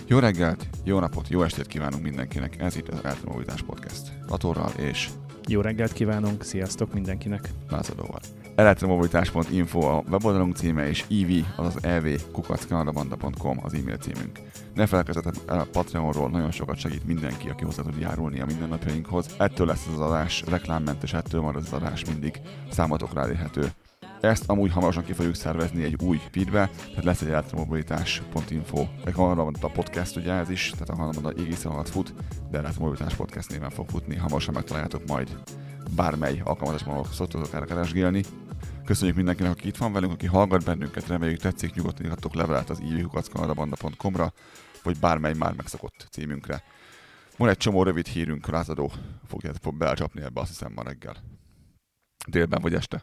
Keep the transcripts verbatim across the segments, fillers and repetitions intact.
Jó reggelt, jó napot, jó estét kívánunk mindenkinek. Ez itt az Elektromobilitás Podcast. Latorral és... Jó reggelt kívánunk, sziasztok mindenkinek. Lázadóval. elektromobilitás pont info a weboldalunk címe, és ev, azaz ev kukac kanadabanda pont com az e-mail címünk. Ne felejtkezzetek el a Patreonról, nagyon sokat segít mindenki, aki hozzá tud járulni a mindennapjainkhoz. Ettől lesz az adás reklámmentes, ettől van az adás mindig számotokra elérhető. Ezt amúgy hamarosan ki fogjuk szervezni egy új feedbe, tehát lesz egy elektromobilitás pont info, egy Kanadabanda podcast, ugye ez is, tehát a Kanadabanda égészen alatt fut, de Elektromobilitás Podcast néven fog futni, hamarosan megtaláljátok majd bármely alkalmazásban, ahol szoktatok erre keresgélni. Köszönjük mindenkinek, aki itt van velünk, aki hallgat bennünket, reméljük tetszik, nyugodtan írhattok levelet az ev kukac kanadabanda pont com-ra, vagy bármely már megszokott címünkre. Van egy csomó rövid hírünk, Lázadó fogja belecsapni ebbe, azt hiszem ma reggel. Délben vagy este.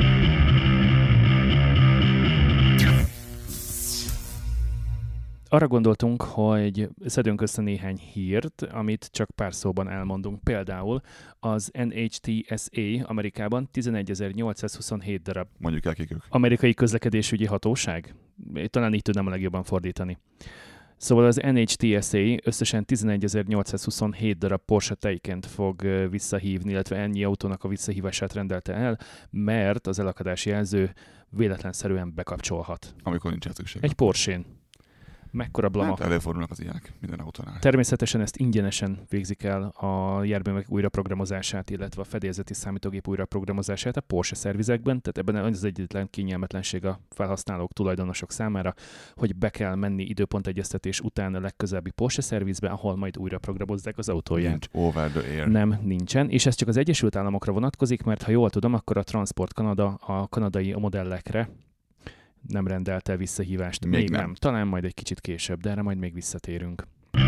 Arra gondoltunk, hogy szedünk össze néhány hírt, amit csak pár szóban elmondunk. Például az en há té es á Amerikában tizenegyezer-nyolcszázhuszonhét darab. Mondjuk el kik ők. Amerikai közlekedésügyi hatóság? Talán így tudnám a legjobban fordítani. Szóval az en há té es á összesen tizenegyezer-nyolcszázhuszonhét darab Porsche Taycant fog visszahívni, illetve ennyi autónak a visszahívását rendelte el, mert az elakadási jelző véletlenszerűen bekapcsolhat. Amikor nincs szükség. Egy Porsche-n. Mekkora blama. Hát előfordulnak az ilyenek minden autónál. Természetesen ezt ingyenesen végzik el a járművek újraprogramozását, illetve a fedélzeti számítógép újraprogramozását a Porsche szervizekben, tehát ebben az egyetlen kényelmetlenség a felhasználók, tulajdonosok számára, hogy be kell menni időpontegyeztetés után a legközelebbi Porsche szervizbe, ahol majd újraprogramozzák az autóját. Nincs over the air. Nem, nincsen, és ez csak az Egyesült Államokra vonatkozik, mert ha jól tudom, akkor a Transport Canada a kanadai modellekre nem rendelte visszahívást. Még, még nem. nem. Talán majd egy kicsit később, de erre majd még visszatérünk.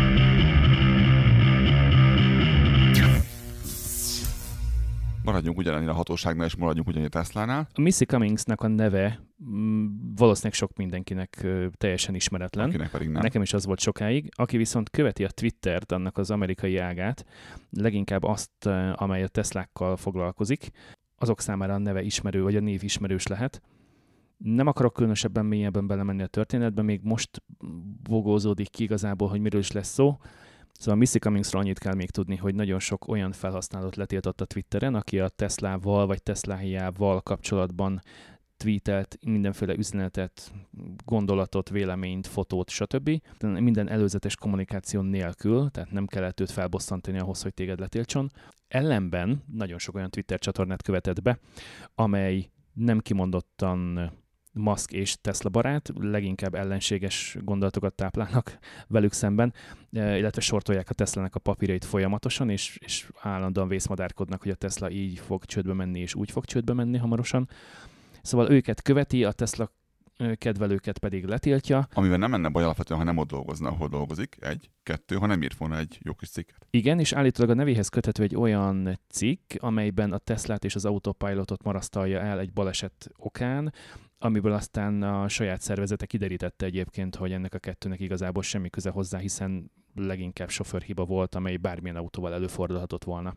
Maradjunk ugyanennél a hatóságnál, és maradjunk ugyanúgy a Teslánál. A Missy Cummingsnak a neve m, valószínűleg sok mindenkinek ö, teljesen ismeretlen. Akinek pedig nem. Nekem is az volt sokáig. Aki viszont követi a Twittert, annak az amerikai ágát, leginkább azt, amely a Teslákkal foglalkozik, azok számára a neve ismerő, vagy a név ismerős lehet. Nem akarok különösebben mélyebben belemenni a történetbe, még most bogózódik ki igazából, hogy miről is lesz szó. Szóval Missy Cummingsról annyit kell még tudni, hogy nagyon sok olyan felhasználót letiltott a Twitteren, aki a Teslával vagy Teslájával kapcsolatban tweetelt mindenféle üzenetet, gondolatot, véleményt, fotót, stb. Minden előzetes kommunikáció nélkül, tehát nem kellett őt felbosszantani ahhoz, hogy téged letiltson. Ellenben nagyon sok olyan Twitter csatornát követett be, amely nem kimondottan Musk és Tesla barát, leginkább ellenséges gondolatokat táplálnak velük szemben, illetve sortolják a Teslának a papírait folyamatosan, és, és állandóan vészmadárkodnak, hogy a Tesla így fog csődbe menni, és úgy fog csődbe menni hamarosan. Szóval őket követi, a Tesla kedvelőket pedig letiltja. Amivel nem menne baj alapvetően, ha nem ott dolgozna, ahol dolgozik, egy, kettő, ha nem írt volna egy jó kis cikket. Igen, és állítólag a nevéhez köthető egy olyan cikk, amelyben a Teslát és az autopilotot marasztalja el egy baleset okán, amiből aztán a saját szervezete kiderítette egyébként, hogy ennek a kettőnek igazából semmi köze hozzá, hiszen leginkább sofőrhiba volt, amely bármilyen autóval előfordulhatott volna.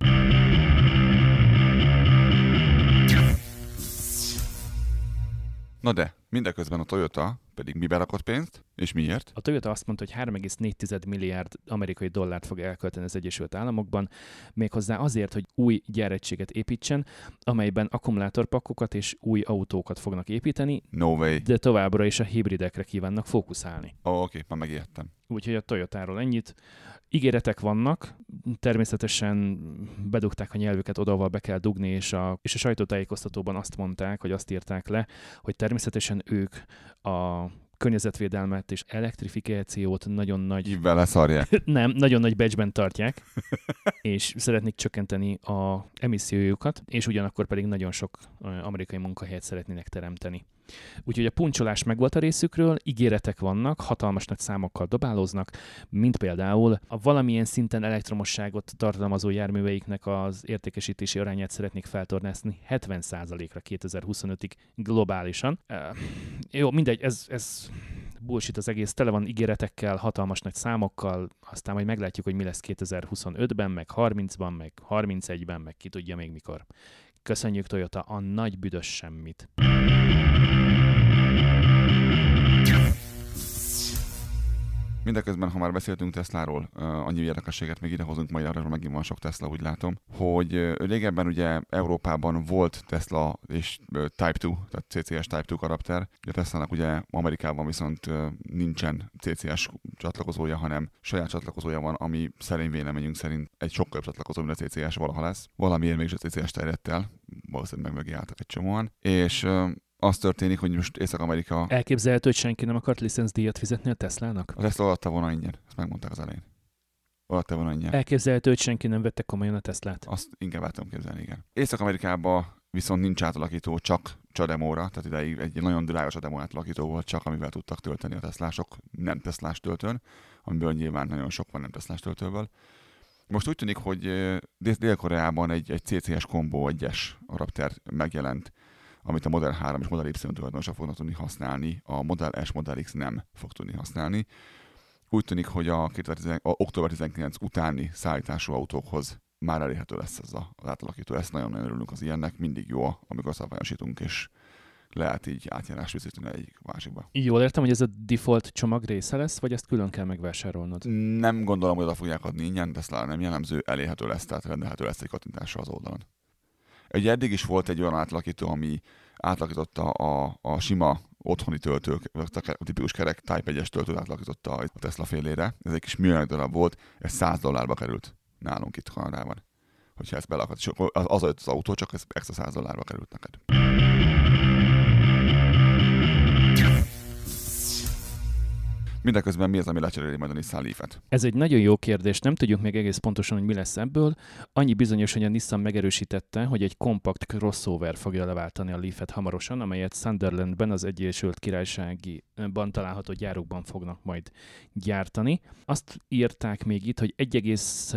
Na de, mindeközben a Toyota pedig mibe rakott pénzt, és miért? A Toyota azt mondta, hogy három egész négy milliárd amerikai dollárt fog elkölteni az Egyesült Államokban, méghozzá azért, hogy új gyáregységet építsen, amelyben akkumulátorpakokat és új autókat fognak építeni, No way. de továbbra is a hibridekre kívánnak fókuszálni. Ó, oh, oké, már megijedtem. Úgyhogy a Toyotáról ennyit. Ígéretek vannak, természetesen bedugták a nyelvüket, oda be kell dugni, és a, és a sajtótájékoztatóban azt mondták, hogy azt írták le, hogy természetesen ők a környezetvédelmet és elektrifikációt nagyon nagy... Hívvel leszarják. Nem, nagyon nagy becsben tartják, és szeretnék csökkenteni a emissziójukat, és ugyanakkor pedig nagyon sok amerikai munkahelyet szeretnének teremteni. Úgyhogy a puncsolás megvolt a részükről, ígéretek vannak, hatalmas nagy számokkal dobálóznak, mint például a valamilyen szinten elektromosságot tartalmazó járműveiknek az értékesítési arányát szeretnék feltornászni hetven százalékra kétezer-huszonötig globálisan. Uh, jó, mindegy, ez, ez bullshit az egész, tele van ígéretekkel, hatalmas nagy számokkal, aztán majd meglátjuk, hogy mi lesz kétezer-huszonötben, meg harmincban, meg harmincegyben, meg ki tudja még mikor. Köszönjük Toyota a nagy büdös semmit! Mindeközben, ha már beszéltünk Tesláról, uh, annyi érdekességet még idehozunk, majd arra megint van sok Tesla, úgy látom, hogy uh, régebben ugye Európában volt Tesla és uh, Type kettő, tehát cé cé es Type kettő adapter, de Teslának ugye Amerikában viszont uh, nincsen cé cé es csatlakozója, hanem saját csatlakozója van, ami szerint véleményünk szerint egy sokkal jobb csatlakozó, mint a cé cé es valaha lesz. Valamiért mégis a cé cé es terjedt el, valószínűleg meg megjártak egy csomóan, és uh, az történik, hogy most Észak-Amerika... Elképzelhető, hogy senki nem akart licencdíjat fizetni a Teslának? A Tesla adta volna ingyen, ezt megmondták az elején. Adta volna ingyen. Elképzelhető, hogy senki nem vette komolyan a Teslát? Azt inkább el tudom képzelni, igen. Észak-Amerikában viszont nincs átalakító, csak csademóra, tehát ideig egy nagyon drága csademó átalakító volt, csak amivel tudtak tölteni a Teslások, nem Teslás töltőn, amiből nyilván nagyon sok van nem Teslás töltőből. Most úgy tűnik, hogy Dél-Koreában egy, egy cé cé es Combo egyes adapter megjelent, amit a Model három és Model Y tulajdonosok fognak tudni használni, a Model S, Model X nem fog tudni használni. Úgy tűnik, hogy a, kétezer-tíz, a október tizenkilencedike utáni szállítású autókhoz már elérhető lesz ez az átalakító. Ezt nagyon-nagyon örülünk az ilyennek, mindig jó, amikor szabályosítunk, és lehet így átjárás visszatűnni egyik másikba. Jól értem, hogy ez a default csomag része lesz, vagy ezt külön kell megvásárolnod? Nem gondolom, hogy oda fogják adni ingyen, Tesla nem jellemző, elérhető lesz, tehát rendelhető lesz egy kattintással az oldalon. Ugye eddig is volt egy olyan átalakító, ami átalakította a, a sima otthoni töltők, a tipikus kerek Type egyes töltőt átalakította a Tesla félére. Ez egy kis műanyag darab volt, ez száz dollárba került nálunk itt Kanadában. Hogyha ezt belakad, és az, az az autó, csak ez extra száz dollárba került neked. Mindeközben mi az, ami lecseréli majd a Nissan Leaf-et? Ez egy nagyon jó kérdés, nem tudjuk még egész pontosan, hogy mi lesz ebből. Annyi bizonyos, hogy a Nissan megerősítette, hogy egy kompakt crossover fogja leváltani a Leaf-et hamarosan, amelyet Sunderlandben, az Egyesült Királyságban található gyárukban fognak majd gyártani. Azt írták még itt, hogy egy egész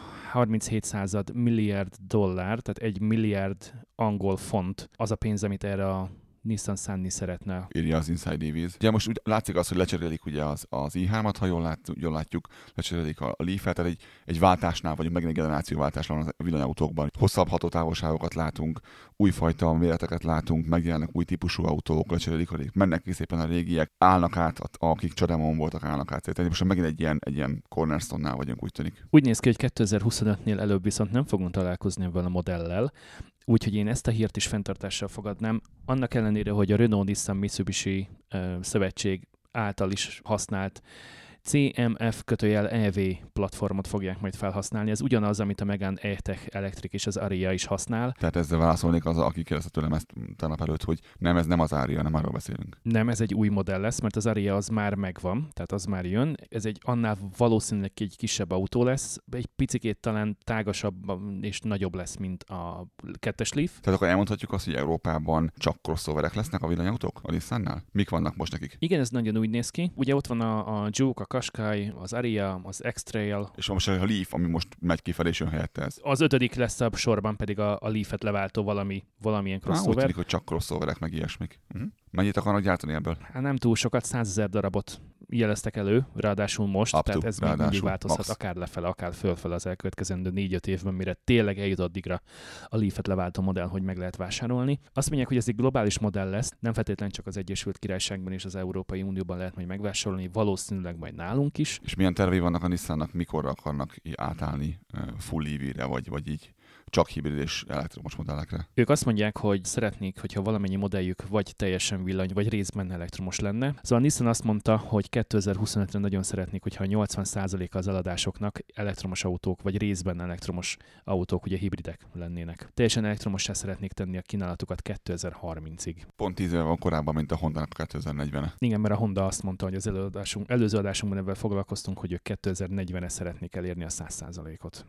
harminchét milliárd dollár, tehát egy milliárd angol font az a pénz, amit erre a Nissan szánni szeretne. Írja az Inside E Vs. Ugye most úgy látszik az, hogy lecserélik ugye az, az i hármat, ha jól, lát, jól látjuk, lecserélik a, a Leaf-et, tehát egy, egy váltásnál vagyunk, megint egy generációváltásnál van a villanyautókban. Hosszabb hatótávolságokat látunk, újfajta méreteket látunk, megjelennek új típusú autók, lecserélik, hogy mennek ki szépen a régiek, állnak át, akik csademon voltak, állnak át. Tehát most megint egy ilyen, egy ilyen cornerstone-nál vagyunk, úgy tűnik. Úgy néz ki, hogy kétezer-huszonötnél előbb viszont nem fogunk találkozni ebben a modellel, úgyhogy én ezt a hírt is fenntartással fogadnám. Annak ellenére, hogy a Renault-Nissan-Mitsubishi uh, szövetség által is használt cé em ef kötőjel é vé platformot fogják majd felhasználni. Ez ugyanaz, amit a Megane E-Tech Electric és az Aria is használ. Tehát ezzel válaszolnék az, aki kérdezte tőlem ezt tegnap előtt, hogy nem, ez nem az Aria, nem arról beszélünk. Nem, ez egy új modell lesz, mert az Aria az már megvan, tehát az már jön. Ez egy annál valószínűleg egy kisebb autó lesz, egy picikét talán tágasabb és nagyobb lesz, mint a kettes Leaf. Tehát akkor elmondhatjuk azt, hogy Európában csak crossoverek lesznek a villanyautók a Nissannál? Mik vannak most nekik? Igen, ez nagyon úgy néz ki. Ugye ott van a, a Juke, a Qashqai, az Aria, az X-Trail. És most a Leaf, ami most megy kifelé, és jön helyette ez. Az ötödik lesz a sorban pedig a, a Leaf-et leváltó valami, valamilyen crossover. Há, úgy tűnik, hogy csak crossoverek, meg ilyesmik. Uh-huh. Mennyit akarnak gyártani ebből? Hát nem túl sokat, százezer darabot jeleztek elő, ráadásul most, Up tehát to, ez még mindig változhat, max. akár lefele, akár fölfele az elkövetkezendő négy-öt évben, mire tényleg eljut addigra a Leaf-et leváltó modell, hogy meg lehet vásárolni. Azt mondják, hogy ez egy globális modell lesz, nem feltétlenül csak az Egyesült Királyságban és az Európai Unióban lehet majd megvásárolni, valószínűleg majd nálunk is. És milyen tervei vannak a Nissannak, mikorra akarnak átállni full é vé-re, vagy, vagy így csak hibrid és elektromos modellekre? Ők azt mondják, hogy szeretnék, hogyha valamennyi modelljük vagy teljesen villany, vagy részben elektromos lenne. Szóval a Nissan azt mondta, hogy kétezer-huszonötre nagyon szeretnék, hogyha a nyolcvan százaléka az eladásoknak elektromos autók, vagy részben elektromos autók, ugye hibridek lennének. Teljesen elektromossá szeretnék tenni a kínálatukat kétezer-harmincig. Pont tíz éve van korábban, mint a Hondának a kétezer-negyvenre. Igen, mert a Honda azt mondta, hogy az előadásunk, előző adásunkban ebben foglalkoztunk, hogy ők kétezer-negyvenre szeretnék elérni a száz százalékot.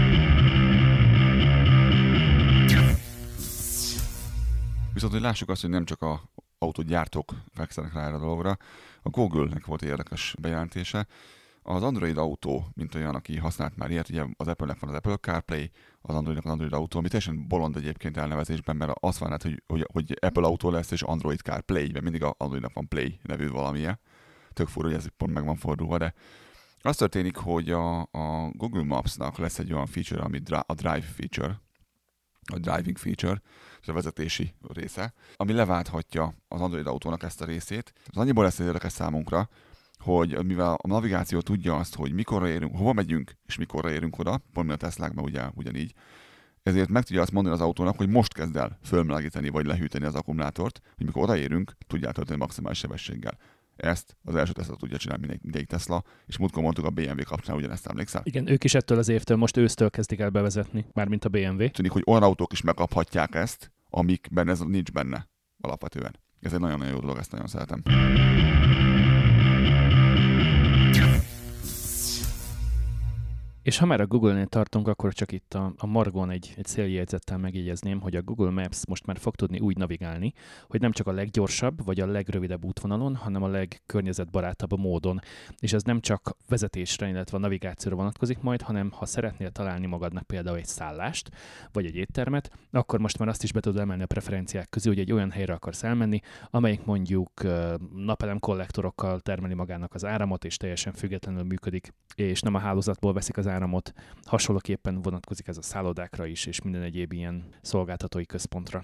Viszont, hogy lássuk azt, hogy nem csak a autógyártók fekszenek rá erre a dologra, a Google-nek volt egy érdekes bejelentése. Az Android autó, mint olyan, aki használt már ilyet, ugye az Apple-nek van az Apple CarPlay, az Androidnak az Android autó, ami teljesen bolond egyébként elnevezésben, mert azt van, hogy, hogy, hogy Apple autó lesz, és Android CarPlay-ben mindig az Androidnak van Play nevű valamilyen. Tök furcsa, hogy ez pont meg van fordulva, de az történik, hogy a, a Google Maps-nak lesz egy olyan feature, ami a Drive feature, a driving feature, és a vezetési része, ami leválthatja az Android autónak ezt a részét. Az annyiból lesz érdekes számunkra, hogy mivel a navigáció tudja azt, hogy mikorra érünk, hova megyünk, és mikorra érünk oda, pont a Teslákban ugye, ugyanígy, ezért meg tudja azt mondani az autónak, hogy most kezd el fölmelegíteni vagy lehűteni az akkumulátort, hogy mikor odaérünk, tudják tölteni maximális sebességgel. Ezt az első Tesla tudja csinálni mindegy, mindegy Tesla, és múltkor mondtuk a bé em vé kapcsán, ugyanezt emlékszel? Igen, ők is ettől az évtől, most ősztől kezdik el bevezetni, mármint a bé em vé. Tűnik, hogy olyan autók is megkaphatják ezt, amikben ez nincs benne alapvetően. Ez egy nagyon-nagyon jó dolog, ezt nagyon szeretem. És ha már a Google-nél tartunk, akkor csak itt a, a margon egy, egy széljegyzettel megjegyezném, hogy a Google Maps most már fog tudni úgy navigálni, hogy nem csak a leggyorsabb vagy a legrövidebb útvonalon, hanem a legkörnyezetbarátabb módon. És ez nem csak vezetésre, illetve a navigációra vonatkozik majd, hanem ha szeretnél találni magadnak például egy szállást, vagy egy éttermet, akkor most már azt is be tudod emelni a preferenciák közül, hogy egy olyan helyre akarsz elmenni, amelyik mondjuk napelem kollektorokkal termeli magának az áramot, és teljesen függetlenül működik, és nem a hálózatból veszik az áramot. Hasonlóképpen vonatkozik ez a szállodákra is, és minden egyéb ilyen szolgáltatói központra.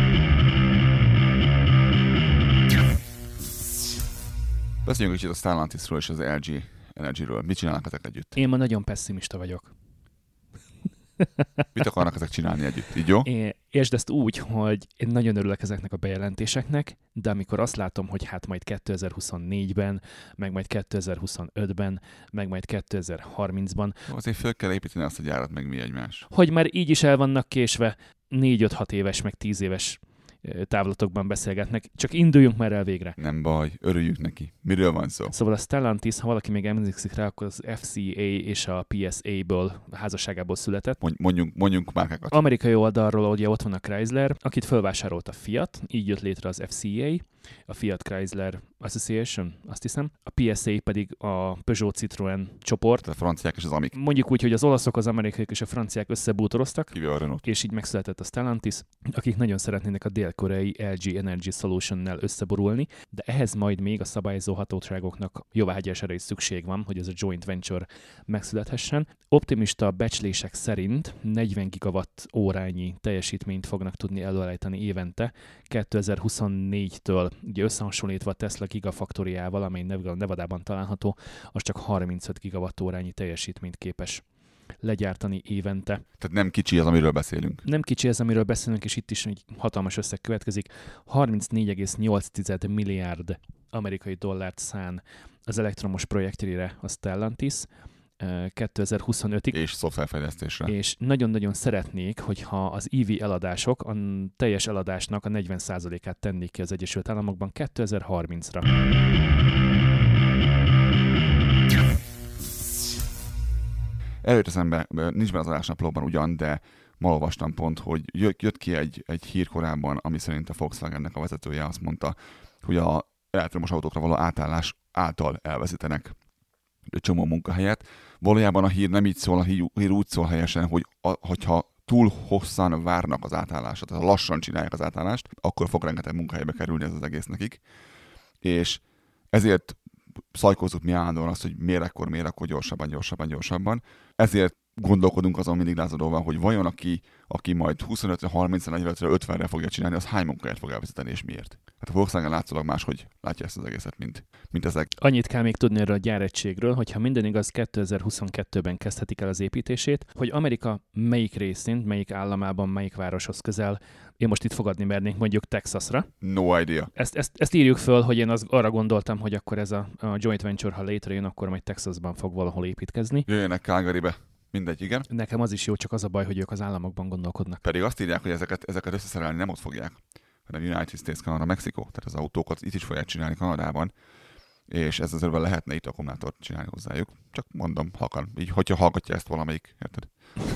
Beszéljünk kicsit a Stellantisról és az el gé Energy-ről. Mit csinálnak ezek együtt? Én ma nagyon pessimista vagyok. Mit akarnak ezek csinálni együtt? Így jó? Én értsd ezt úgy, hogy én nagyon örülök ezeknek a bejelentéseknek, de amikor azt látom, hogy hát majd kétezer-huszonnégyben, meg majd kétezer-huszonötben, meg majd kétezer-harmincban. Azért föl kell építeni azt a gyárat, meg mi egymás. Hogy már így is el vannak késve négy-öt-hat éves, meg tíz éves távlatokban beszélgetnek. Csak induljunk már el végre. Nem baj, örüljük neki. Miről van szó? Szóval a Stellantis, ha valaki még emlékszik rá, akkor az ef cé á és a pé es á-ből, házasságából született. Mondjunk, mondjunk márkákat. Amerikai oldalról ugye ott van a Chrysler, akit fölvásárolt a Fiat, így jött létre az ef cé á, a Fiat Chrysler Association, azt hiszem. A pé es á pedig a Peugeot Citroën csoport. A franciák és az amik. Mondjuk úgy, hogy az olaszok, az amerikaiak és a franciák összebútoroztak, a Renault. És így megszületett a Stellantis, akik nagyon szeretnének a dél-koreai el gé Energy Solution-nel összeborulni, de ehhez majd még a szabályozó hatóságoknak jóváhagyására is szükség van, hogy ez a joint venture megszülethessen. Optimista becslések szerint negyven gigawatt órányi teljesítményt fognak tudni előállítani évente kétezer-huszonnégytől, ugye összehasonlítva a Tesla gigafaktoriával, amely Nevadában található, az csak harmincöt gigawatt órányi teljesítményt képes legyártani évente. Tehát nem kicsi az, amiről beszélünk. Nem kicsi ez, amiről beszélünk, és itt is egy hatalmas összeg következik. harmincnégy egész nyolc milliárd amerikai dollárt szán az elektromos projektjére a Stellantis kétezer-huszonötig. És szoftverfejlesztésre. És nagyon-nagyon szeretnék, hogyha az í vé eladások a teljes eladásnak a negyven százalékát tennék ki az Egyesült Államokban kétezer-harmincra. Előtt eszembe, nincs benne az adásnaplóban ugyan, de ma olvastam pont, hogy jött ki egy, egy hír korábban, ami szerint a Volkswagennek a vezetője azt mondta, hogy a elektromos autókra való átállás által elveszítenek egy csomó munkahelyet. Valójában a hír nem így szól, a hír úgy szól helyesen, hogy a, hogyha túl hosszan várnak az átállásra, tehát lassan csinálják az átállást, akkor fog rengeteg munkahelybe kerülni ez az egész nekik. És ezért szajkózzuk mi állandóan azt, hogy miért akkor, miért akkor gyorsabban, gyorsabban, gyorsabban. Ezért gondolkodunk azon mindig lázadóval, hogy vajon aki, aki majd huszonötre, harmincra, negyvenre, ötvenre fogja csinálni, az hány munkahelyet fog elveszíteni, és miért? Hát a Volkswagen látszólag máshogy látja ezt az egészet, mint, mint ezek. Annyit kell még tudni erről a gyáregységről, hogyha minden igaz, kétezer-huszonkettőben kezdhetik el az építését, hogy Amerika melyik részén, melyik államában, melyik városhoz közel, én most itt fogadni mernék mondjuk Texasra. No idea. Ezt, ezt, ezt írjuk föl, hogy én az, arra gondoltam, hogy akkor ez a, a joint venture, ha létrejön, akkor majd Texasban fog valahol építkezni. Jöjjenek Calgarybe. Mindegy, igen. Nekem az is jó, csak az a baj, hogy ők az államokban gondolkodnak. Pedig azt írják, hogy ezeket, ezeket összeszerelni nem ott fogják, hanem United States, Canada, Mexikó. Tehát az autókat itt is fogják csinálni Kanadában, és ez azért lehetne itt akkumulátort csinálni hozzájuk. Csak mondom, halkan. Így, hogyha hallgatja ezt valamelyik, érted?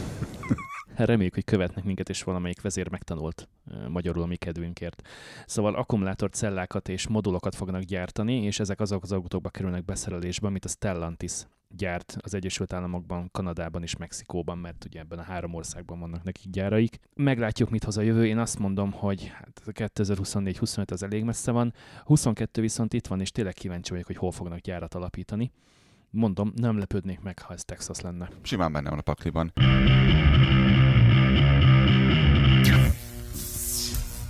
Reméljük, hogy követnek minket, és valamelyik vezér megtanult magyarul a mi kedvünkért. Szóval akkumulátorcellákat és modulokat fognak gyártani, és ezek azok az autókba kerülnek beszerelésbe, amit a Stellantis gyárt az Egyesült Államokban, Kanadában és Mexikóban, mert ugye ebben a három országban vannak nekik gyáraik. Meglátjuk, mit hoz a jövő. Én azt mondom, hogy hát kétezer-huszonnégy huszonöt az elég messze van, huszonkettő viszont itt van, és tényleg kíváncsi vagyok, hogy hol fognak gyárat alapítani. Mondom, nem lepődnék meg, ha ez Texas lenne. Simán benne van a pakliban.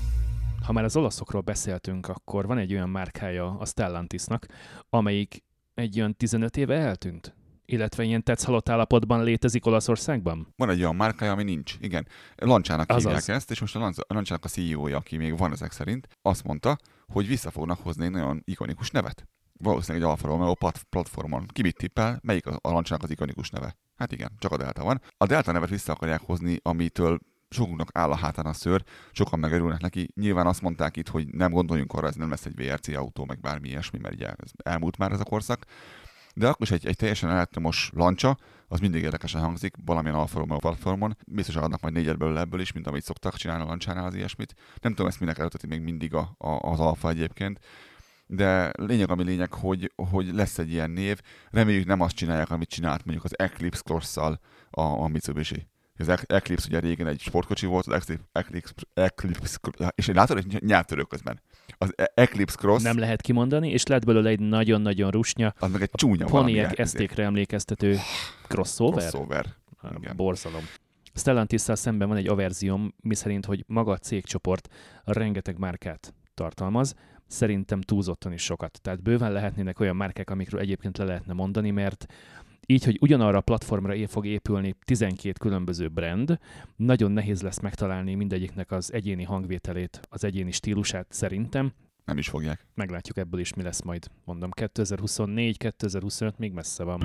Ha már az olaszokról beszéltünk, akkor van egy olyan márkája a Stellantisnak, amelyik egy olyan tizenöt éve eltűnt? Illetve ilyen tetsz halott állapotban létezik Olaszországban? Van egy olyan márkája, ami nincs. Igen. Lancsának hívják Azaz. ezt, és most a Lancsának a cé e ó-ja, aki még van ezek szerint, azt mondta, hogy vissza fognak hozni egy nagyon ikonikus nevet. Valószínűleg egy Alfa Romeo platformon. Ki mit tippel? Melyik a Lancsának az ikonikus neve? Hát igen, csak a Delta van. A Delta nevet vissza akarják hozni, amitől sokunknak áll a hátán a szőr, sokan megörülnek neki. Nyilván azt mondták itt, hogy nem gondoljunk arra, ez nem lesz egy vé er cé autó, meg bármi ilyesmi, mert ugye ez elmúlt már ez a korszak. De akkor is egy, egy teljesen elektromos Lancia, az mindig érdekesen hangzik, valamilyen Alfa Romeo platformon. Biztosan adnak majd négyet belőle ebből is, mint amit szoktak csinálni a Lanciánál az ilyesmit. Nem tudom, ezt minek előtteti még mindig a, a, az Alfa egyébként. De lényeg, ami lényeg, hogy, hogy lesz egy ilyen név. Reméljük nem azt csinálják, amit csinált mondjuk az Eclipse Cross-szal a, a Mitsubishi. Az Eclipse ugye régen egy sportkocsi volt, az Eclipse, Eclipse és én látod, hogy nyelvtörő közben. Az Eclipse Cross... Nem lehet kimondani, és lett belőle egy nagyon-nagyon rusnya, az meg egy csúnya Pontiac esztékre emlékeztető crossover. Crossover. Borzalom. Stellantis-szal szemben van egy averzióm, miszerint, hogy maga a cégcsoport rengeteg márkát tartalmaz, szerintem túlzottan is sokat. Tehát bőven lehetnének olyan márkák, amikről egyébként le lehetne mondani, mert így, hogy ugyanarra a platformra é fog épülni tizenkét különböző brand, nagyon nehéz lesz megtalálni mindegyiknek az egyéni hangvételét, az egyéni stílusát szerintem. Nem is fogják. Meglátjuk ebből is, mi lesz majd, mondom, kétezer-huszonnégy kétezer-huszonöt még messze van.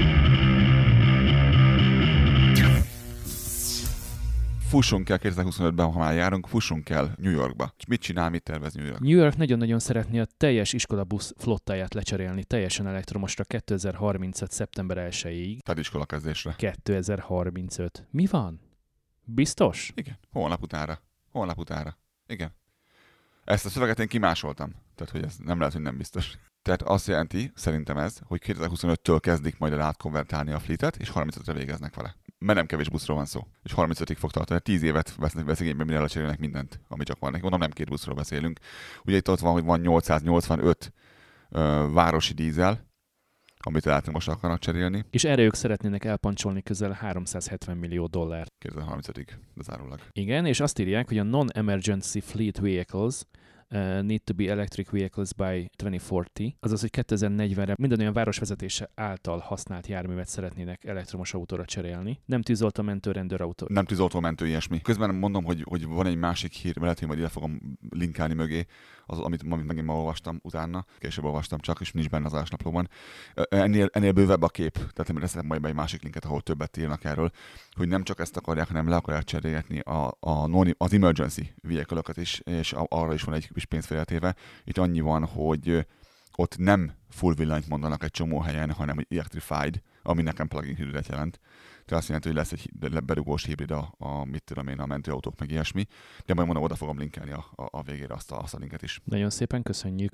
Fussunk el kétezer-huszonötben, ha már járunk, fussunk el New Yorkba. És mit csinál, mit tervez New York? New York nagyon-nagyon szeretné a teljes iskolabusz flottáját lecserélni teljesen elektromosra kétezer-harmincöt. szeptember elsejéig. Tehát iskola kezdésre. kétezer-harmincöt. Mi van? Biztos? Igen. Holnap utára. Holnap utára. Igen. Ezt a szöveget én kimásoltam. Tehát, hogy ez nem lehet, hogy nem biztos. Tehát azt jelenti, szerintem ez, hogy kétezer-huszonöttől kezdik majd el átkonvertálni a fleetet, és harmincötre végeznek vele. Mert nem kevés buszról van szó. És harmincötig fog tartani. tíz évet vesznek vesz igénybe, mire lecserélnek mindent, ami csak van neki. Mondom, nem két buszról beszélünk. Ugye itt ott van, hogy van nyolcszáznyolcvanöt ö, városi dízel, amit elektromosra akarnak cserélni. És erre ők szeretnének elpancsolni közel háromszázhetven millió dollárt. kétezer-harmincötig, bezárólag. Igen, és azt írják, hogy a non-emergency fleet vehicles Uh, need to be electric vehicles by twenty forty, azaz, hogy kétezer-negyvenre minden olyan városvezetése által használt járművet szeretnének elektromos autóra cserélni. Nem tűzoltómentő, rendőrautó. Nem tűzoltómentő, ilyesmi. Közben mondom, hogy, hogy van egy másik hír, lehet, hogy majd ide fogom linkálni mögé, az, amit, amit megint ma olvastam utána, később olvastam csak, és nincs benne az ásnaplóban. Ennél, ennél bővebb a kép, tehát nem leszek majd be egy másik linket, ahol többet írnak erről, hogy nem csak ezt akarják, hanem le akarják cserélgetni a, a non, az emergency vehicle-öket is, és arra is van egy kis pénz félretéve. Itt annyi van, hogy ott nem full villanyt mondanak egy csomó helyen, hanem hogy electrified, ami nekem plug-in hibridet jelent. Tehát azt jelenti, hogy lesz egy berugós hibrid a, a mit tudom én, a mentőautók, meg ilyesmi. De majd mondom, oda fogom linkelni a, a, a végére azt a, azt a linket is. Nagyon szépen köszönjük.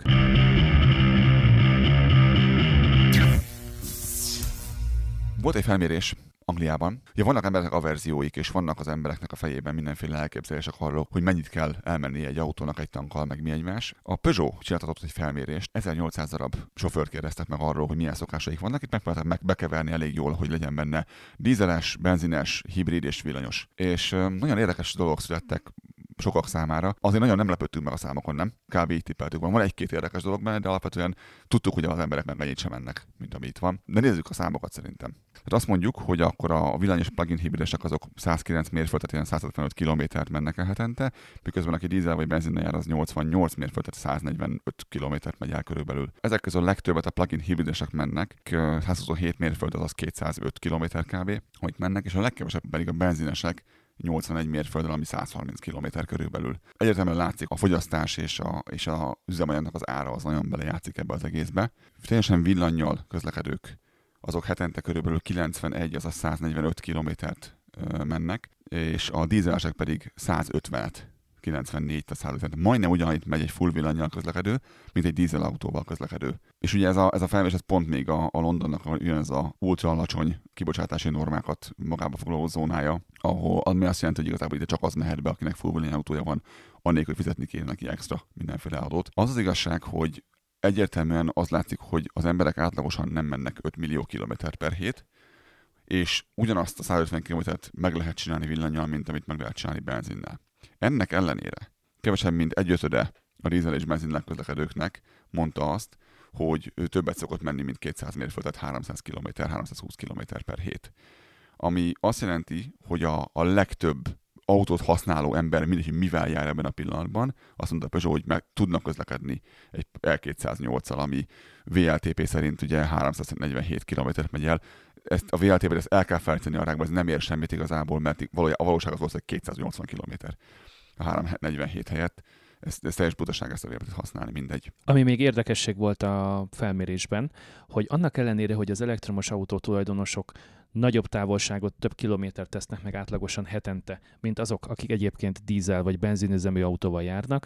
Volt egy felmérés Angliában. Ugye vannak embereknek averzióik, és vannak az embereknek a fejében mindenféle elképzelések arról, hogy mennyit kell elmenni egy autónak egy tankkal, meg mi egymás. A Peugeot csináltatott egy felmérést, ezernyolcszáz darab sofőrt kérdeztek meg arról, hogy milyen szokásaik vannak. Itt megpróbálták meg bekeverni elég jól, hogy legyen benne dízeles, benzines, hibrid és villanyos. És nagyon érdekes dolgok születtek sokak számára. Azért nagyon nem lepődtünk meg a számokon, nem? Kb. Így tippeltük van. Van egy-két érdekes dolog benne, de alapvetően tudtuk, hogy az emberek meg ennyit sem mennek, mint ami itt van. De nézzük a számokat szerintem. Tehát azt mondjuk, hogy akkor a villanyos plug-in hibridesek azok százkilenc mérföldet, ilyen százötvenöt kilométert mennek el hetente, miközben aki dízel vagy benzinnel jár, az nyolcvannyolc mérföldet, száznegyvenöt kilométert megy el körülbelül. Ezek közül a legtöbbet a plug-in hibridesek mennek, százhuszonhét mérföld, azaz kétszázöt kilométer kb. Hogy mennek, és a legkevesebb pedig a benzinesek nyolcvanegy mérföldön, ami százharminc kilométer körülbelül. Egyértelműen látszik a fogyasztás és a, és a üzemanyagnak az ára az nagyon belejátszik ebbe az egészbe. Teljesen villannyal közlekedők, azok hetente körülbelül kilencvenegy, azaz száznegyvenöt kilométert mennek, és a dízelesek pedig százötvenet, kilencvennégy, tehát százötven. Majdnem ugyanannyit megy egy full villannyal közlekedő, mint egy dízelautóval közlekedő. És ugye ez a, ez a felmérés, ez pont még a, a Londonnak jön ez a ultra alacsony kibocsátási normákat magába foglaló zónája, ahol ami azt jelenti, hogy igazából ide csak az mehet be, akinek full villanny autója van, annélkül, hogy fizetni kéne neki extra mindenféle adót. Az az igazság, hogy egyértelműen az látszik, hogy az emberek átlagosan nem mennek öt millió kilométer per hét, és ugyanazt a százötven kilométert meg lehet csinálni villannyal, mint amit meg lehet csinálni benzinnel. Ennek ellenére kevesebb, mint egy ötöde a dízel és benzinnel közlekedőknek mondta azt, hogy ő többet szokott menni, mint kétszáz mérföld, tehát háromszáz kilométer, háromszázhúsz kilométer per hét. Ami azt jelenti, hogy a, a legtöbb autót használó ember mindegy, mivel jár ebben a pillanatban, azt mondta Peugeot, hogy meg tudnak közlekedni egy L kétszáznyolccal, ami vé el té pé szerint ugye háromszáznegyvenhét kilométert megy el. Ezt a vé el té pét ezt el kell felejteni arányban, ez nem ér semmit igazából, mert a valóság az valószínűleg kétszáznyolcvan kilométer a háromszáznegyvenhét helyett. Ez, ez teljes butaság ezt a vé el té-t használni, mindegy. Ami még érdekesség volt a felmérésben, hogy annak ellenére, hogy az elektromos autó tulajdonosok nagyobb távolságot, több kilométert tesznek meg átlagosan hetente, mint azok, akik egyébként dízel vagy benzinüzemű autóval járnak,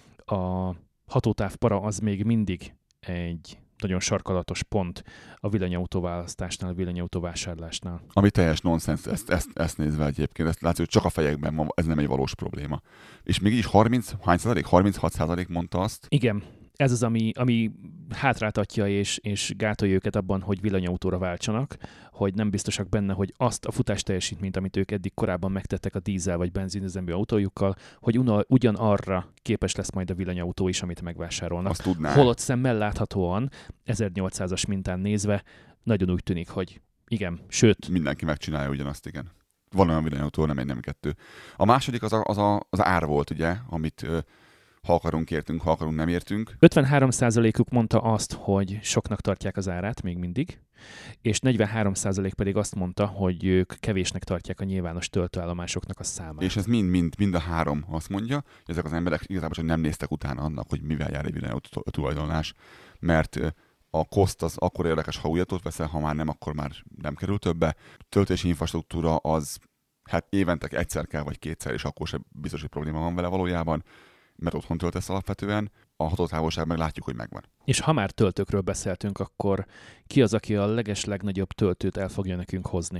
a hatótávpara az még mindig egy nagyon sarkalatos pont a villanyautó választásnál, a villanyautó vásárlásnál. Ami teljes nonsens, ezt, ezt, ezt nézve egyébként, ezt látszik, hogy csak a fejekben van, ez nem egy valós probléma. És mégis harminc, hány százalék? harminchat százalék mondta azt? Igen. Ez az, ami, ami hátráltatja és, és gátolja őket abban, hogy villanyautóra váltsanak, hogy nem biztosak benne, hogy azt a futás teljesítményt, amit ők eddig korábban megtettek a dízel vagy benzinüzemű autójukkal, hogy una, ugyanarra képes lesz majd a villanyautó is, amit megvásárolnak. Azt tudná. Holott szemmel láthatóan, ezernyolcszázas mintán nézve, nagyon úgy tűnik, hogy igen, sőt. Mindenki megcsinálja ugyanazt, igen. Van olyan villanyautó, nem egy, nem kettő. A második az a, az, a, az ár volt, ugye, amit ha akarunk, értünk, ha akarunk, nem értünk. ötvenhárom százalékuk mondta azt, hogy soknak tartják az árát még mindig, és negyvenhárom százalék pedig azt mondta, hogy ők kevésnek tartják a nyilvános töltőállomásoknak a számát. És ez mind, mind, mind a három azt mondja, hogy ezek az emberek igazából csak nem néztek utána annak, hogy mivel jár egy villanyautó tulajdonlás, mert a cost az akkor érdekes, ha újatot veszel, ha már nem, akkor már nem kerül többe. Töltési infrastruktúra az hát évente egyszer kell, vagy kétszer, és akkor sem biztos, hogy probléma van vele valójában, mert otthon töltesz alapvetően, a hatótávolság meg látjuk, hogy megvan. És ha már töltőkről beszéltünk, akkor ki az, aki a leges legnagyobb töltőt el fogja nekünk hozni?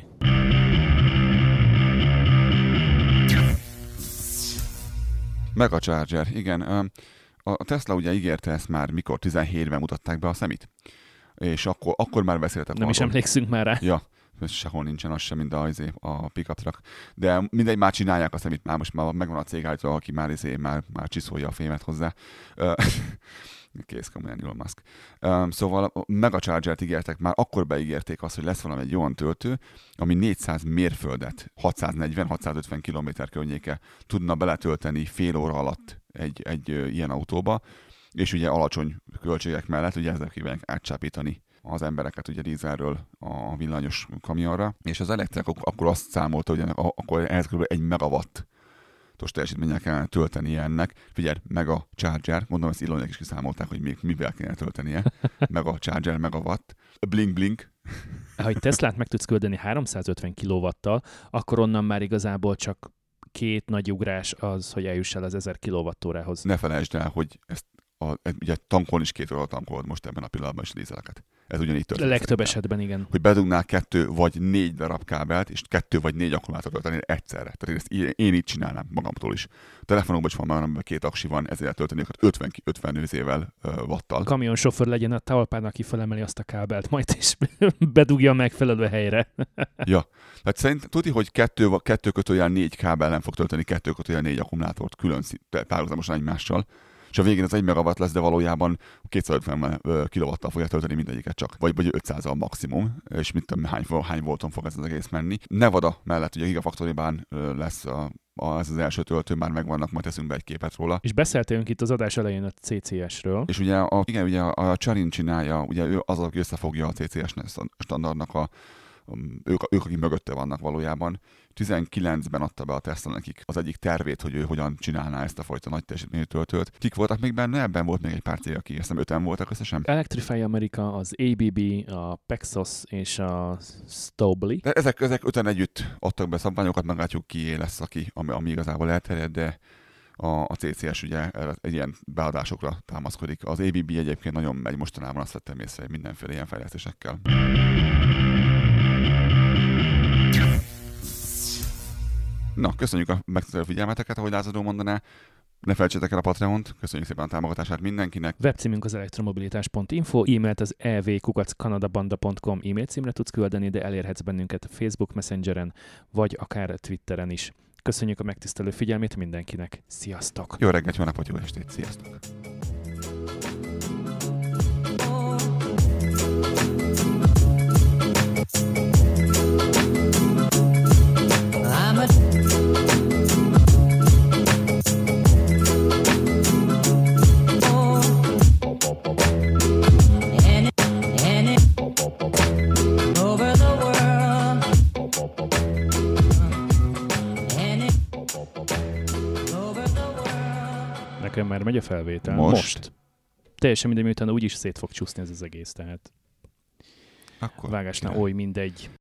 Mega Charger, igen. A Tesla ugye ígérte ezt már, mikor tizenhétben mutatták be a szemit. És akkor, akkor már beszéltek Nem arról. Is emlékszünk már rá. Ja, sehol nincsen az sem, mint a, a pick-up truck. De mindegy, már csinálják azt, amit már most már megvan a cég állítva, aki már, izé, már, már csiszolja a fémet hozzá. Kész, komolyan Elon Musk. Um, szóval a Mega Charger-t ígértek, már akkor beígérték azt, hogy lesz valami egy olyan töltő, ami négyszáz mérföldet, hatszáznegyven-hatszázötven kilométer környéke tudna beletölteni fél óra alatt egy, egy uh, ilyen autóba, és ugye alacsony költségek mellett ugye ezzel kívánják átcsápítani az embereket ugye dízelről a villanyos kamionra, és az elektrik akkor azt számolta, hogy ennek, akkor ehhez kb. egy megawatt tos teljesítménnyel kellene töltenie ennek. Figyelj, Mega Charger, mondom, ezt Elonék is kiszámolták, hogy még mivel kellene töltenie. Mega Charger, megawatt. Blink, blink. Ha egy Teslát meg tudsz küldeni háromszázötven kilowattal, akkor onnan már igazából csak két nagy ugrás az, hogy eljuss el az ezer kilowattórához. Ne felejtsd el, hogy ezt a, ugye tankon is két óra tankolod most ebben a pillanatban is a dízeleket. Ez ugyanígy történik. A legtöbb esetben igen. Hogy bedugnál kettő vagy négy darab kábelt, és kettő vagy négy akkumulátort tölteni egyszerre. Tehát ezt én így csinálnám magamtól is. A telefonokban is van már, amiben két aksi van, ezért tölteni őket ötven, ötven őzével vattal. A kamionsofőr legyen a talpán, aki felemeli azt a kábelt, majd is bedugja a megfelelő helyre. Ja. Tehát szerintem tudni, hogy kettő, kettő kötőjel négy kábel nem fog tölteni kettő kötőjel négy akkumulátort külön párhuzamosan egymással. És a végén az egy megawatt lesz, de valójában kétszázötven kilowattal fogja tölteni mindegyiket csak, vagy, vagy ötszázzal maximum, és mit tudom, hány, hány volton fog ez az egész menni. Nevada mellett ugye a Gigafactory-bán lesz a, a, ez az első töltő, már megvannak, majd teszünk be egy képet róla. És beszéltünk itt az adás elején a cé cé es-ről. És ugye, a, igen, ugye a Charin csinálja, ugye ő az, aki összefogja a cé cé es standardnak a Ők, ők, akik mögötte vannak valójában. tizenkilencben adta be a Tesla nekik az egyik tervét, hogy ő hogyan csinálná ezt a fajta nagy teljesítményű töltőt. Kik voltak még benne? Ebben volt még egy pár cég, aki azt hiszem öten voltak összesen. Electrify America, az á bé bé, a Pexos és a Stobly. De ezek, ezek öten együtt adtak be szabványokat, meglátjuk ki lesz, aki, ami, ami igazából elterjed, de a, a cé cé es ugye egy ilyen beadásokra támaszkodik. Az á bé bé egyébként nagyon megy mostanában, azt vettem észre mindenféle ilyen fejlesztésekkel. Na, köszönjük a megtisztelő figyelmeteket, ahogy Lázadó mondaná. Ne felejtsétek el a Patreont, köszönjük szépen a támogatását mindenkinek. Webcímünk az elektromobilitás pont info, e-mailt az e v kukac kanadabanda pont com e-mail címre tudsz küldeni, de elérhetsz bennünket a Facebook Messengeren, vagy akár Twitteren is. Köszönjük a megtisztelő figyelmét mindenkinek. Sziasztok! Jó reggelt, jó napot, jó estét, sziasztok! I'm a and it, and it over the world and it over the world. Nekem már megy a felvétel. Most? Most. Teljesen mindegy, miután úgyis szét fog csúszni ez az egész, tehát Akkor vágásnál király. oly mindegy.